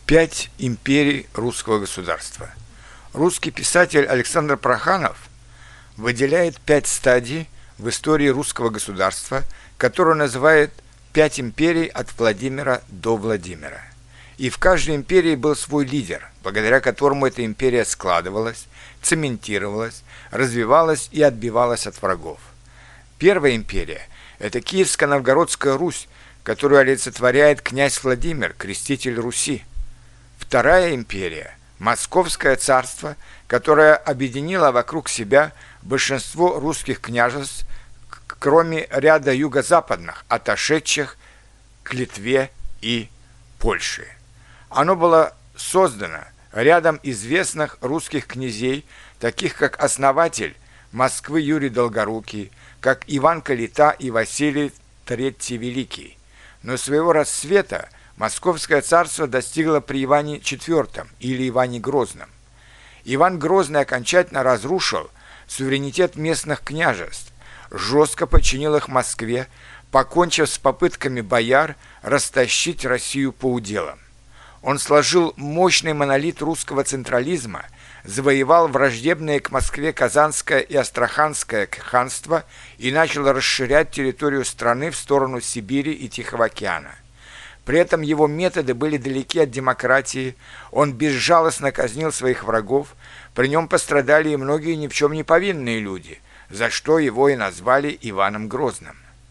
Пять империй русского государства. Русский писатель Александр Проханов выделяет 5 стадий в истории русского государства, которую называет «Пять империй от Владимира до Владимира». И в каждой империи был свой лидер, благодаря которому эта империя складывалась, цементировалась, развивалась и отбивалась от врагов. Первая империя – это Киевско-Новгородская Русь, которую олицетворяет князь Владимир, креститель Руси. Вторая империя – Московское царство, которое объединило вокруг себя большинство русских княжеств, кроме ряда юго-западных, отошедших к Литве и Польше. Оно было создано рядом известных русских князей, таких как основатель Москвы Юрий Долгорукий, как Иван Калита и Василий III Великий. Но своего расцвета Московское царство достигло при Иване IV или Иване Грозном. Иван Грозный окончательно разрушил суверенитет местных княжеств, жестко подчинил их Москве, покончив с попытками бояр растащить Россию по уделам. Он сложил мощный монолит русского централизма, завоевал враждебные к Москве Казанское и Астраханское ханство и начал расширять территорию страны в сторону Сибири и Тихого океана. При этом его методы были далеки от демократии, он безжалостно казнил своих врагов, при нем пострадали и многие ни в чем не повинные люди, за что его и назвали Иваном Грозным.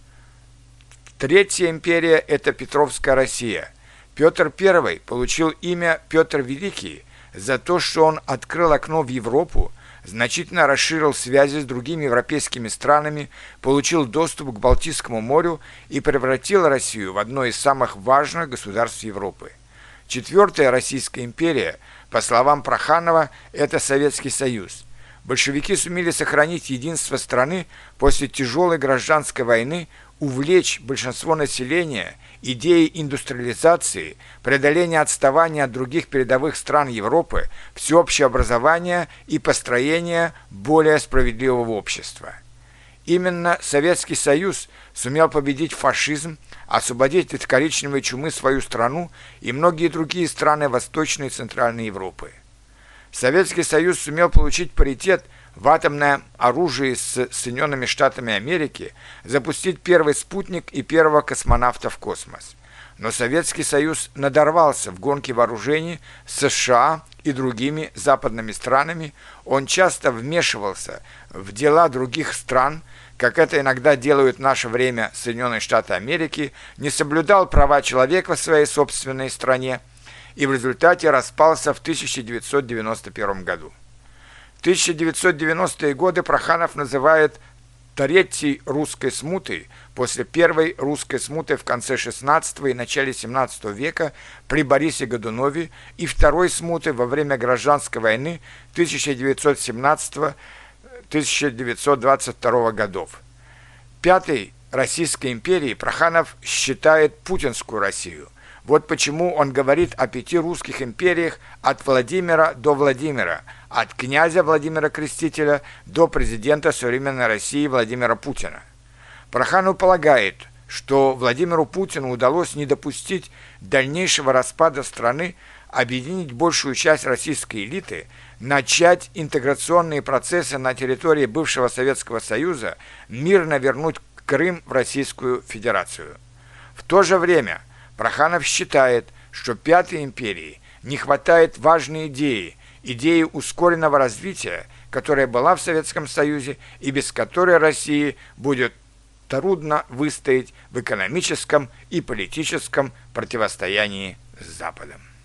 Третья империя – это Петровская Россия. Петр I получил имя Петр Великий за то, что он открыл окно в Европу, значительно расширил связи с другими европейскими странами, получил доступ к Балтийскому морю и превратил Россию в одно из самых важных государств Европы. Четвертая Российская империя, по словам Проханова, это Советский Союз. Большевики сумели сохранить единство страны после тяжелой гражданской войны, увлечь большинство населения идеей индустриализации, преодоления отставания от других передовых стран Европы, всеобщее образование и построение более справедливого общества. Именно Советский Союз сумел победить фашизм, освободить от коричневой чумы свою страну и многие другие страны Восточной и Центральной Европы. Советский Союз сумел получить паритет в атомное оружие с Соединенными Штатами Америки, запустить первый спутник и первого космонавта в космос. Но Советский Союз надорвался в гонке вооружений с США и другими западными странами, он часто вмешивался в дела других стран, как это иногда делают в наше время Соединенные Штаты Америки, не соблюдал права человека в своей собственной стране и в результате распался в 1991 году. 1990-е годы Проханов называет третьей русской смутой после первой русской смуты в конце XVI и начале XVII века при Борисе Годунове и второй смуты во время гражданской войны 1917-1922 годов. Пятой Российской империей Проханов считает путинскую Россию. Вот почему он говорит о 5 русских империях от Владимира до Владимира, от князя Владимира Крестителя до президента современной России Владимира Путина. Проханов полагает, что Владимиру Путину удалось не допустить дальнейшего распада страны, объединить большую часть российской элиты, начать интеграционные процессы на территории бывшего Советского Союза, мирно вернуть Крым в Российскую Федерацию. В то же время Проханов считает, что Пятой империи не хватает важной идеи ускоренного развития, которая была в Советском Союзе и без которой России будет трудно выстоять в экономическом и политическом противостоянии с Западом.